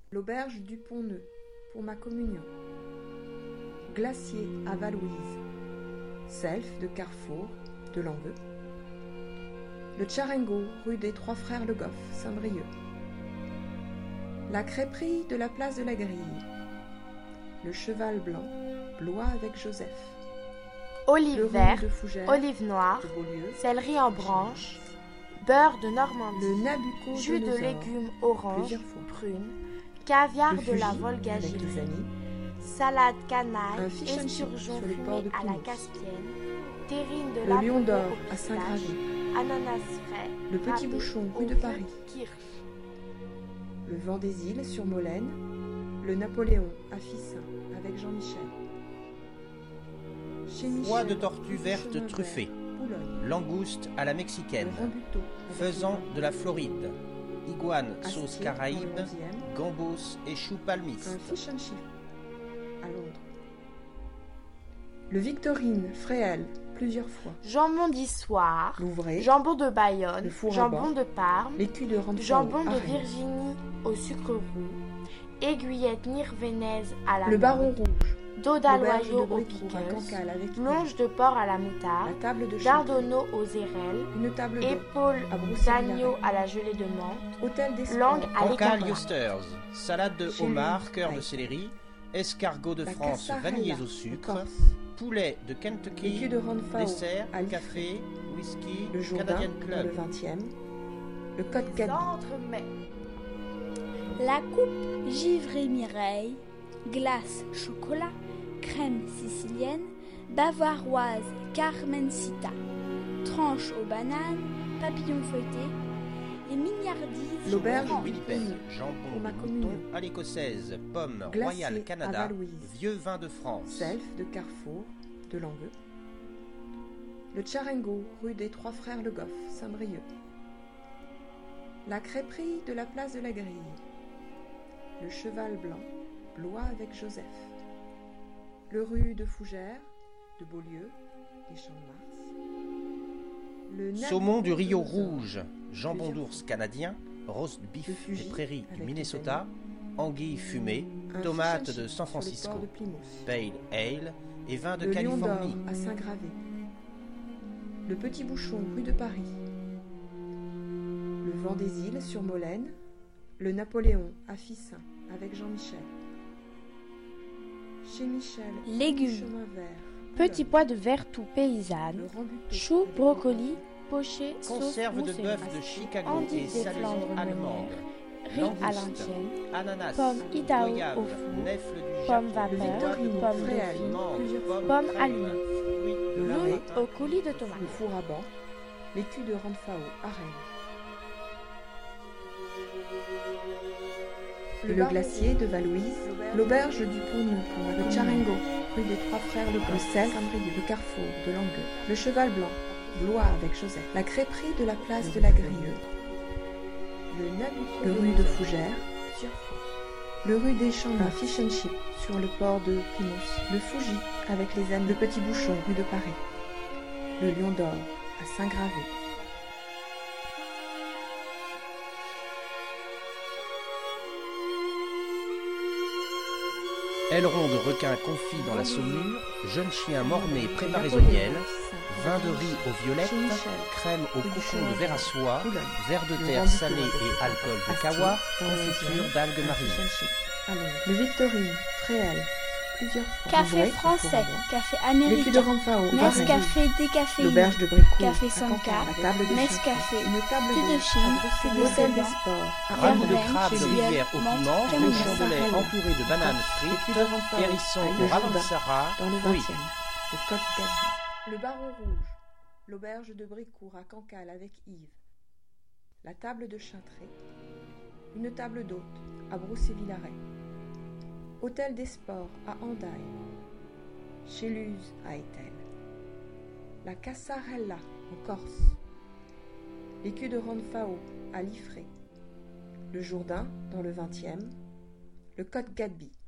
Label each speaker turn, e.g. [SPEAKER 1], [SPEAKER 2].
[SPEAKER 1] L'auberge du Pont-Neuf pour ma communion. Glacier à Valouise. Self de Carrefour de Langueux. Le Tcharengo rue des Trois Frères Le Goff, Saint-Brieuc. La crêperie de la place de la Grille. Le Cheval Blanc, Blois avec Joseph.
[SPEAKER 2] Olive verte, olive noire,
[SPEAKER 1] Beaulieu,
[SPEAKER 2] céleri en branche, beurre de Normandie,
[SPEAKER 1] le Nabucco
[SPEAKER 2] jus de légumes orange, prune, caviar de la Volgagie, salade canaille, esturgeon fumé à la Caspienne, terrine de
[SPEAKER 1] le Lion d'Or
[SPEAKER 2] au
[SPEAKER 1] à Saint-Gravé,
[SPEAKER 2] ananas frais,
[SPEAKER 1] le Petit
[SPEAKER 2] râpé
[SPEAKER 1] Bouchon
[SPEAKER 2] au
[SPEAKER 1] rue de
[SPEAKER 2] feu
[SPEAKER 1] Paris,
[SPEAKER 2] kirsch.
[SPEAKER 1] le Vent des Îles sur Molène, le Napoléon à Fissin avec Jean-Michel. Chez
[SPEAKER 3] Foie
[SPEAKER 1] Michel,
[SPEAKER 3] de tortue verte
[SPEAKER 1] chemin
[SPEAKER 3] truffée,
[SPEAKER 1] vert, Boulogne,
[SPEAKER 3] langouste à la mexicaine,
[SPEAKER 1] le Rambuteau avec
[SPEAKER 3] faisan
[SPEAKER 1] le
[SPEAKER 3] de la Floride, iguane
[SPEAKER 1] Astier,
[SPEAKER 3] sauce
[SPEAKER 1] dans
[SPEAKER 3] caraïbe,
[SPEAKER 1] le 11e,
[SPEAKER 3] gambos et choux palmiste.
[SPEAKER 1] un fish and chip à Londres. Le Victorine, Fréhel, plusieurs fois.
[SPEAKER 2] Jambon d'Issoire,
[SPEAKER 1] Louvray,
[SPEAKER 2] jambon de Bayonne,
[SPEAKER 1] Le four à
[SPEAKER 2] jambon
[SPEAKER 1] banc,
[SPEAKER 2] de Parme,
[SPEAKER 1] l'écu de Renfort,
[SPEAKER 2] jambon de
[SPEAKER 1] à Rennes.
[SPEAKER 2] Virginie au sucre roux, aiguillette nirvenaise à la
[SPEAKER 1] Le Baron
[SPEAKER 2] menthe,
[SPEAKER 1] Rouge,
[SPEAKER 2] dos
[SPEAKER 1] l'auberge
[SPEAKER 2] d'aloyau
[SPEAKER 1] de
[SPEAKER 2] aux
[SPEAKER 1] Bricourt à
[SPEAKER 2] piqueuses,
[SPEAKER 1] Cancale avec
[SPEAKER 2] longe de porc à la
[SPEAKER 1] la
[SPEAKER 2] moutarde,
[SPEAKER 1] table de Chantilly,
[SPEAKER 2] dardonneau aux érelles,
[SPEAKER 1] une table d'eau,
[SPEAKER 2] épaules
[SPEAKER 1] à Broussailles-Larrey.
[SPEAKER 2] d'agneau à la gelée de menthe,
[SPEAKER 1] hôtel des
[SPEAKER 2] langue
[SPEAKER 1] Sports,
[SPEAKER 2] à
[SPEAKER 3] Cancale
[SPEAKER 2] l'écart.
[SPEAKER 3] Yosters, salade de
[SPEAKER 1] Chez
[SPEAKER 3] homard,
[SPEAKER 1] lui,
[SPEAKER 3] cœur de
[SPEAKER 1] aïe.
[SPEAKER 3] céleri, escargot de
[SPEAKER 1] la
[SPEAKER 3] France
[SPEAKER 1] Cassarella,
[SPEAKER 3] vanillés au
[SPEAKER 1] en
[SPEAKER 3] sucre,
[SPEAKER 1] Corse,
[SPEAKER 3] poulet de Kentucky,
[SPEAKER 1] l'écu de Renfort,
[SPEAKER 3] dessert,
[SPEAKER 1] à Liffré,
[SPEAKER 3] café, whisky,
[SPEAKER 1] le Jourdain
[SPEAKER 3] Canadian
[SPEAKER 1] dans
[SPEAKER 3] Club.
[SPEAKER 1] le 20e, le Côte Gabi,
[SPEAKER 2] Centre-mai.
[SPEAKER 4] La coupe givrée Mireille, glace chocolat, crème sicilienne, bavaroise Carmencita, tranche aux bananes, papillon feuilleté, les mignardises
[SPEAKER 1] l'auberge
[SPEAKER 4] orange.
[SPEAKER 1] du
[SPEAKER 3] Wilipel,
[SPEAKER 1] Pont-Neuf
[SPEAKER 3] jambon
[SPEAKER 1] pour ma
[SPEAKER 3] de
[SPEAKER 1] communion.
[SPEAKER 3] mouton à l'écossaise, pomme
[SPEAKER 1] Glacier
[SPEAKER 3] Royal
[SPEAKER 1] à
[SPEAKER 3] Canada,
[SPEAKER 1] Valouise.
[SPEAKER 3] vieux vin de France.
[SPEAKER 1] Self de Carrefour de Langueux. Le Tcharengo rue des Trois Frères Le Goff, Saint-Brieuc. La crêperie de la place de la Grille. Le Cheval Blanc, Blois avec Joseph. Le rue de Fougères, de Beaulieu, des Champs de Mars. Le
[SPEAKER 3] Saumon du
[SPEAKER 1] Nabucco
[SPEAKER 3] Rio
[SPEAKER 1] de Nosor,
[SPEAKER 3] Rouge, jambon
[SPEAKER 1] Plusieurs
[SPEAKER 3] d'ours canadien, roast beef
[SPEAKER 1] Le
[SPEAKER 3] des
[SPEAKER 1] Fuji
[SPEAKER 3] prairies du
[SPEAKER 1] avec
[SPEAKER 3] Minnesota, anguilles fumées,
[SPEAKER 1] un
[SPEAKER 3] tomates
[SPEAKER 1] fish and
[SPEAKER 3] de
[SPEAKER 1] chips
[SPEAKER 3] San
[SPEAKER 1] sur le
[SPEAKER 3] Francisco,
[SPEAKER 1] port de Plymouth.
[SPEAKER 3] pale ale et vin de
[SPEAKER 1] Le Lion d'Or
[SPEAKER 3] Californie.
[SPEAKER 1] à Saint-Gravé. Le Petit Bouchon rue de Paris. Le Vent des Îles sur Molène. Le Napoléon à Fissin avec Jean-Michel. Chez Michel,
[SPEAKER 4] Légumes.
[SPEAKER 1] chemin vert.
[SPEAKER 2] Petit pois de vertou paysanne,
[SPEAKER 1] Le Rambuteau
[SPEAKER 2] choux,
[SPEAKER 1] avec
[SPEAKER 2] brocoli, poché, sauce
[SPEAKER 3] Conserve de
[SPEAKER 2] mousseline,
[SPEAKER 3] bœuf de Chicago
[SPEAKER 2] endives
[SPEAKER 3] et
[SPEAKER 2] des
[SPEAKER 3] salaison
[SPEAKER 2] Flandres
[SPEAKER 3] allemande,
[SPEAKER 2] riz à
[SPEAKER 3] langouste,
[SPEAKER 2] l'ancienne,
[SPEAKER 3] ananas,
[SPEAKER 2] pommes Idaho
[SPEAKER 3] goyave,
[SPEAKER 2] au four,
[SPEAKER 3] nèfles du
[SPEAKER 2] pommes
[SPEAKER 3] Japon,
[SPEAKER 2] vapeur,
[SPEAKER 1] Victorine,
[SPEAKER 2] pommes
[SPEAKER 1] Fréhel,
[SPEAKER 2] dauphines,
[SPEAKER 3] mangue,
[SPEAKER 1] plusieurs
[SPEAKER 3] pommes
[SPEAKER 2] pommes
[SPEAKER 3] crème,
[SPEAKER 2] allumées,
[SPEAKER 3] fruits de
[SPEAKER 1] Le
[SPEAKER 3] la
[SPEAKER 1] lait
[SPEAKER 3] matin.
[SPEAKER 2] au coulis de tomates.
[SPEAKER 1] le four à banc. L'écu de Renfao à Rennes. Le glacier de Valouise, l'auberge du Pont-Neuf, le Tcharengo, rue des Trois Frères Le Goff, le Self, le Carrefour de Langueux, le Cheval Blanc, Blois avec Joseph, la crêperie de la place de la Grille, le Nabucco, rue de Fougères, le rue des Champs, un fish and chip sur le port de Plymouth, le Fuji avec les amis, le Petit Bouchon, rue de Paris, le Lion d'Or à Saint-Gravé.
[SPEAKER 3] Aileron de requin confit dans la saumure, jeune chien mort-né préparé au miel, vin de riz aux violettes, crème au cocon de verre à soie, verre de terre salé et alcool de kawa, confiture d'algues marines.
[SPEAKER 1] Le Victorine, Fréhel, plusieurs fois.
[SPEAKER 4] Café
[SPEAKER 1] Louvray,
[SPEAKER 4] français,
[SPEAKER 1] Four-à-Banc.
[SPEAKER 4] café
[SPEAKER 1] L'écu de
[SPEAKER 4] américain,
[SPEAKER 1] Renfao, Varennes.
[SPEAKER 4] Nescafé décaféiné,
[SPEAKER 1] L'auberge de Bricourt,
[SPEAKER 4] Café
[SPEAKER 1] à
[SPEAKER 4] Sanka,
[SPEAKER 1] Cancale, la table de
[SPEAKER 4] Nescafé,
[SPEAKER 1] Chantilly, une table
[SPEAKER 4] thé de
[SPEAKER 1] d'eau,
[SPEAKER 4] Chine,
[SPEAKER 1] à
[SPEAKER 4] thé de
[SPEAKER 1] Bruxelles,
[SPEAKER 4] Sedan,
[SPEAKER 1] des Sports, à
[SPEAKER 3] Ragoût de
[SPEAKER 4] Rennes,
[SPEAKER 3] crabe de
[SPEAKER 4] Juliette,
[SPEAKER 3] rivière au
[SPEAKER 4] menthe,
[SPEAKER 3] piment,
[SPEAKER 4] camembert.
[SPEAKER 3] rouge chambolais entouré de bananes
[SPEAKER 1] l'écu
[SPEAKER 3] frites,
[SPEAKER 1] de Renfao,
[SPEAKER 3] hérisson
[SPEAKER 1] à
[SPEAKER 3] au
[SPEAKER 1] Le
[SPEAKER 3] ravensara,
[SPEAKER 1] Jourdain, dans le
[SPEAKER 3] fruits.
[SPEAKER 1] 20e, le Côte Gabi, le Baron Rouge, l'auberge de Bricourt à Cancale avec Yves, la table de Chintré, une table d'hôte à Brousset-Villaret, hôtel des Sports à Hendaye, chez Luz à Etel, la Cassarella en Corse, l'écu de Renfao à Liffré, le Jourdain dans le 20e, le Côte Gabi,